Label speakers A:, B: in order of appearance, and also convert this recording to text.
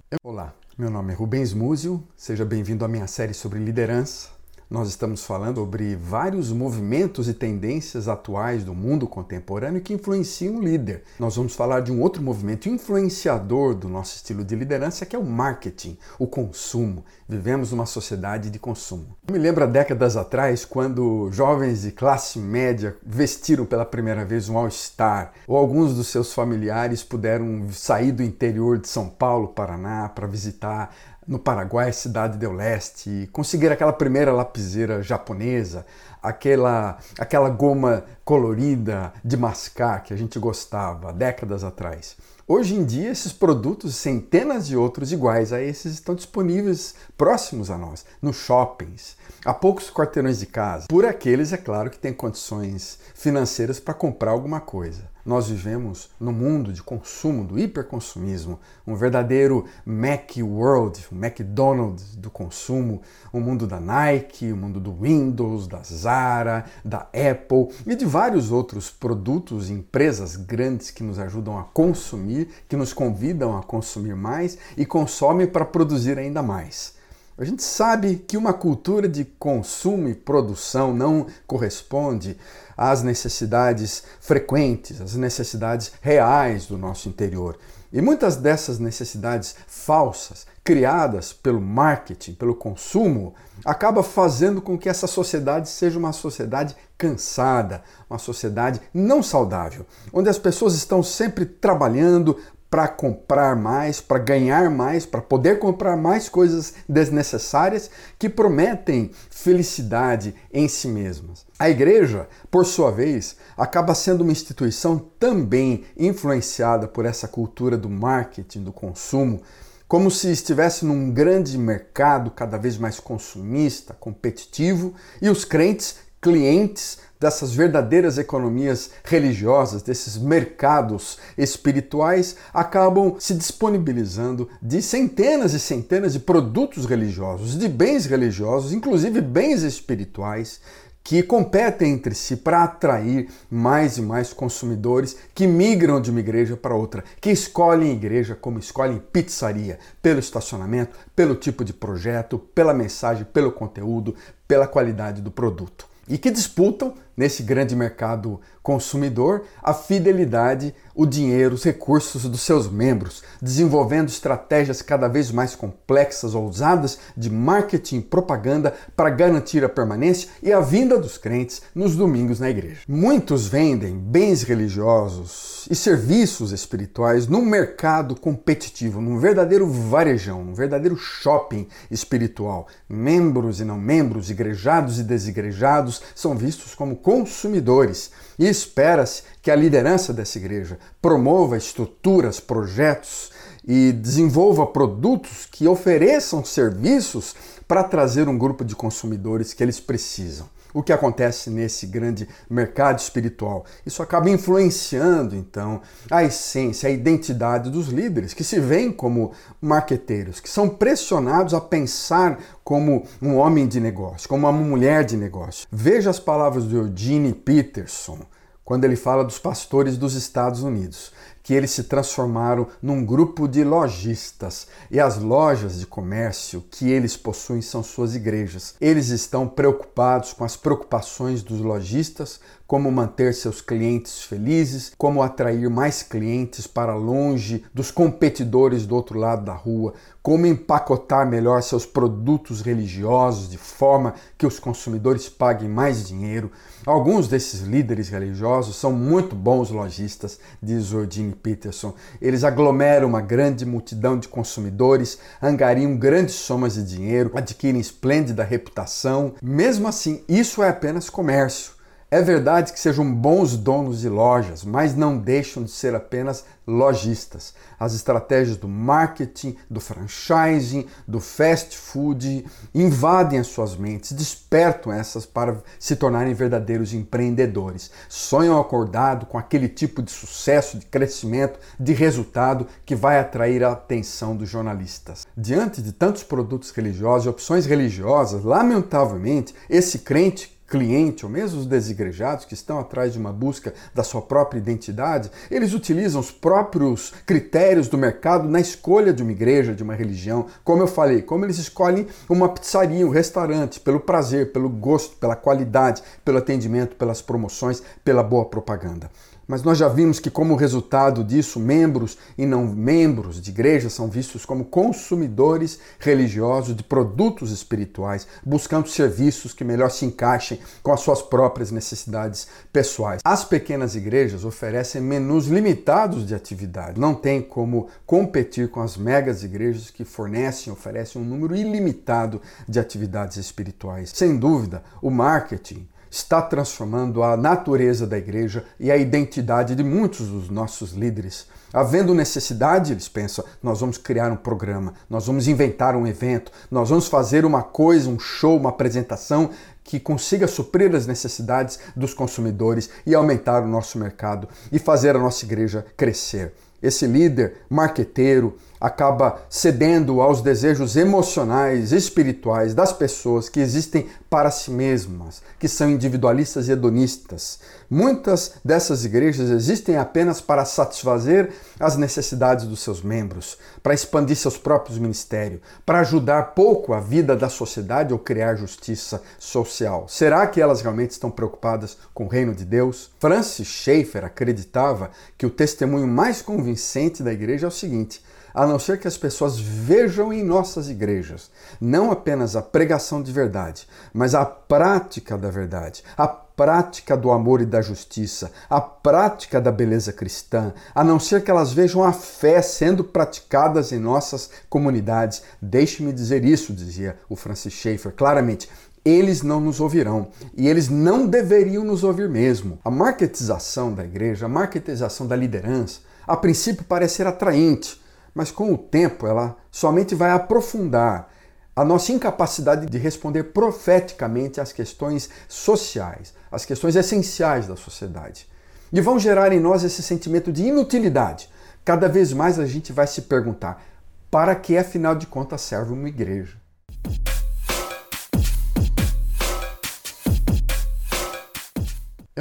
A: Olá, meu nome é Rubens Múzio, seja bem-vindo à minha série sobre liderança. Nós estamos falando sobre vários movimentos e tendências atuais do mundo contemporâneo que influenciam o líder. Nós vamos falar de um outro movimento influenciador do nosso estilo de liderança, que é o marketing, o consumo. Vivemos numa sociedade de consumo. Eu me lembro há décadas atrás, quando jovens de classe média vestiram pela primeira vez um All-Star, ou alguns dos seus familiares puderam sair do interior de São Paulo, Paraná, para visitar no Paraguai, Cidade del Leste, e conseguir aquela primeira lapiseira japonesa, aquela goma colorida de mascar que a gente gostava há décadas atrás. Hoje em dia, esses produtos, centenas de outros iguais a esses, estão disponíveis próximos a nós, nos shoppings, a poucos quarteirões de casa, por aqueles, é claro, que têm condições financeiras para comprar alguma coisa. Nós vivemos no mundo de consumo, do hiperconsumismo, um verdadeiro Macworld, um McDonald's do consumo, o mundo da Nike, o mundo do Windows, da Zara, da Apple e de vários outros produtos e empresas grandes que nos ajudam a consumir, que nos convidam a consumir mais e consomem para produzir ainda mais. A gente sabe que uma cultura de consumo e produção não corresponde às necessidades frequentes, às necessidades reais do nosso interior. E muitas dessas necessidades falsas, criadas pelo marketing, pelo consumo, acaba fazendo com que essa sociedade seja uma sociedade cansada, uma sociedade não saudável, onde as pessoas estão sempre trabalhando para comprar mais, para ganhar mais, para poder comprar mais coisas desnecessárias que prometem felicidade em si mesmas. A igreja, por sua vez, acaba sendo uma instituição também influenciada por essa cultura do marketing, do consumo, como se estivesse num grande mercado cada vez mais consumista, competitivo, e os crentes, clientes dessas verdadeiras economias religiosas, desses mercados espirituais, acabam se disponibilizando de centenas e centenas de produtos religiosos, de bens religiosos, inclusive bens espirituais, que competem entre si para atrair mais e mais consumidores que migram de uma igreja para outra, que escolhem igreja como escolhem pizzaria, pelo estacionamento, pelo tipo de projeto, pela mensagem, pelo conteúdo, pela qualidade do produto. E que disputam, nesse grande mercado consumidor, a fidelidade, o dinheiro, os recursos dos seus membros, desenvolvendo estratégias cada vez mais complexas, ousadas de marketing e propaganda para garantir a permanência e a vinda dos crentes nos domingos na igreja. Muitos vendem bens religiosos e serviços espirituais num mercado competitivo, num verdadeiro varejão, num verdadeiro shopping espiritual. Membros e não membros, igrejados e desigrejados são vistos como consumidores e espera-se que a liderança dessa igreja promova estruturas, projetos e desenvolva produtos que ofereçam serviços para trazer um grupo de consumidores que eles precisam. O que acontece nesse grande mercado espiritual? Isso acaba influenciando, então, a essência, a identidade dos líderes, que se veem como marqueteiros, que são pressionados a pensar como um homem de negócio, como uma mulher de negócio. Veja as palavras do Eugene Peterson, quando ele fala dos pastores dos Estados Unidos, que eles se transformaram num grupo de lojistas e as lojas de comércio que eles possuem são suas igrejas. Eles estão preocupados com as preocupações dos lojistas, como manter seus clientes felizes, como atrair mais clientes para longe dos competidores do outro lado da rua, como empacotar melhor seus produtos religiosos de forma que os consumidores paguem mais dinheiro. Alguns desses líderes religiosos são muito bons lojistas, diz Eugene Peterson. Eles aglomeram uma grande multidão de consumidores, angariam grandes somas de dinheiro, adquirem esplêndida reputação. Mesmo assim, isso é apenas comércio. É verdade que sejam bons donos de lojas, mas não deixam de ser apenas lojistas. As estratégias do marketing, do franchising, do fast food invadem as suas mentes, despertam essas para se tornarem verdadeiros empreendedores. Sonham acordado com aquele tipo de sucesso, de crescimento, de resultado que vai atrair a atenção dos jornalistas. Diante de tantos produtos religiosos e opções religiosas, lamentavelmente, esse crente cliente, ou mesmo os desigrejados que estão atrás de uma busca da sua própria identidade, eles utilizam os próprios critérios do mercado na escolha de uma igreja, de uma religião. Como eu falei, como eles escolhem uma pizzaria, um restaurante, pelo prazer, pelo gosto, pela qualidade, pelo atendimento, pelas promoções, pela boa propaganda. Mas nós já vimos que, como resultado disso, membros e não membros de igrejas são vistos como consumidores religiosos de produtos espirituais, buscando serviços que melhor se encaixem com as suas próprias necessidades pessoais. As pequenas igrejas oferecem menus limitados de atividade. Não tem como competir com as megas igrejas que oferecem um número ilimitado de atividades espirituais. Sem dúvida, o marketing está transformando a natureza da igreja e a identidade de muitos dos nossos líderes. Havendo necessidade, eles pensam, nós vamos criar um programa, nós vamos inventar um evento, nós vamos fazer uma coisa, um show, uma apresentação que consiga suprir as necessidades dos consumidores e aumentar o nosso mercado e fazer a nossa igreja crescer. Esse líder marqueteiro acaba cedendo aos desejos emocionais, espirituais das pessoas que existem para si mesmas, que são individualistas e hedonistas. Muitas dessas igrejas existem apenas para satisfazer as necessidades dos seus membros, para expandir seus próprios ministérios, para ajudar pouco a vida da sociedade ou criar justiça social. Será que elas realmente estão preocupadas com o reino de Deus? Francis Schaeffer acreditava que o testemunho mais convincente da igreja é o seguinte: a não ser que as pessoas vejam em nossas igrejas não apenas a pregação de verdade, mas a prática da verdade, a prática do amor e da justiça, a prática da beleza cristã, a não ser que elas vejam a fé sendo praticadas em nossas comunidades. Deixe-me dizer isso, dizia o Francis Schaeffer claramente. Eles não nos ouvirão e eles não deveriam nos ouvir mesmo. A marketização da igreja, a marketização da liderança, a princípio parece ser atraente, mas com o tempo ela somente vai aprofundar a nossa incapacidade de responder profeticamente às questões sociais, às questões essenciais da sociedade. E vão gerar em nós esse sentimento de inutilidade. Cada vez mais a gente vai se perguntar: para que afinal de contas serve uma igreja?